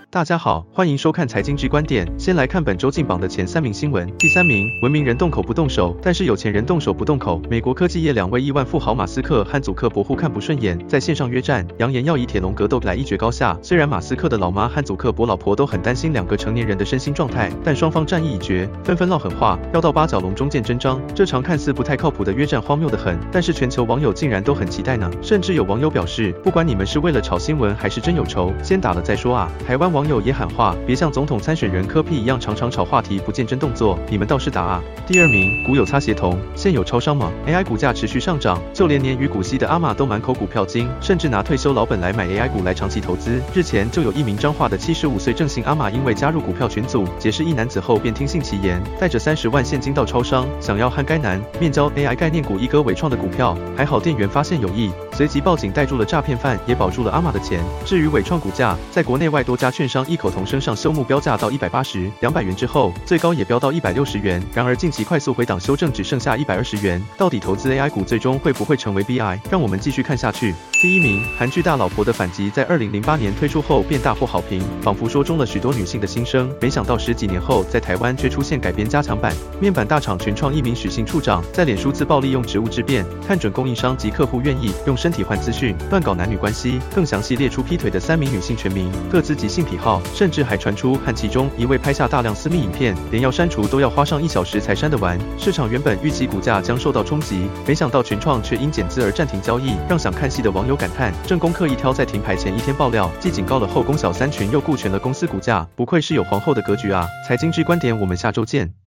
大家好，欢迎收看财经 G 观点。先来看本周进榜的前3名新闻。第3名，文明人动口不动手，但是有钱人动手不动口。美国科技业2位亿万富豪马斯克和祖克伯互看不顺眼，在线上约战，扬言要以铁笼格斗来一决高下。虽然马斯克的老妈和祖克伯老婆都很担心2个成年人的身心状态，但双方战意已决，纷纷撂狠话，要到8角笼中见真章。这场看似不太靠谱的约战荒谬得很，但是全球网友竟然都很期待呢。甚至有网友表示，不管你们是为了炒新闻还是真有仇，先打了再说啊。台湾网友也喊话，别像总统参选人柯 P 一样常常炒话题不见真动作，你们倒是打啊。第2名，股有擦协同，现有超商吗 ？AI 股价持续上涨，就连年与股息的阿玛都满口股票金，甚至拿退休老本来买 AI 股来长期投资。日前就有一名彰化的75岁郑姓阿玛，因为加入股票群组结识一男子后，便听信其言，带着30万现金到超商，想要和该男面交 AI 概念股一哥伟创的股票，还好店员发现有异，随即报警带住了诈骗犯，也保住了阿玛的钱。至于伟创股价，在国内外多家券商异口同声上修目标价到180、200元之后，最高也飙到160元。然而近期快速回档修正，只剩下120元。到底投资 AI 股最终会不会成为 BI？ 让我们继续看下去。第1名，韩剧大老婆的反击在2008年推出后便大获好评，仿佛说中了许多女性的心声。没想到10几年后，在台湾却出现改编加强版。面板大厂群创一名许姓处长在脸书自曝利用职务之便，看准供应商及客户愿意用身体换资讯，乱搞男女关系，更详细列出劈腿的3名女性全名、各自及性癖好，甚至还传出和其中一位拍下大量私密影片，连要删除都要花上1小时才删得完。市场原本预期股价将受到冲击，没想到群创却因减资而暂停交易，让想看戏的网友感叹：正宫刻意挑在停牌前1天爆料，既警告了后宫小三群，又顾全了公司股价，不愧是有皇后的格局啊！财经G观点，我们下周见。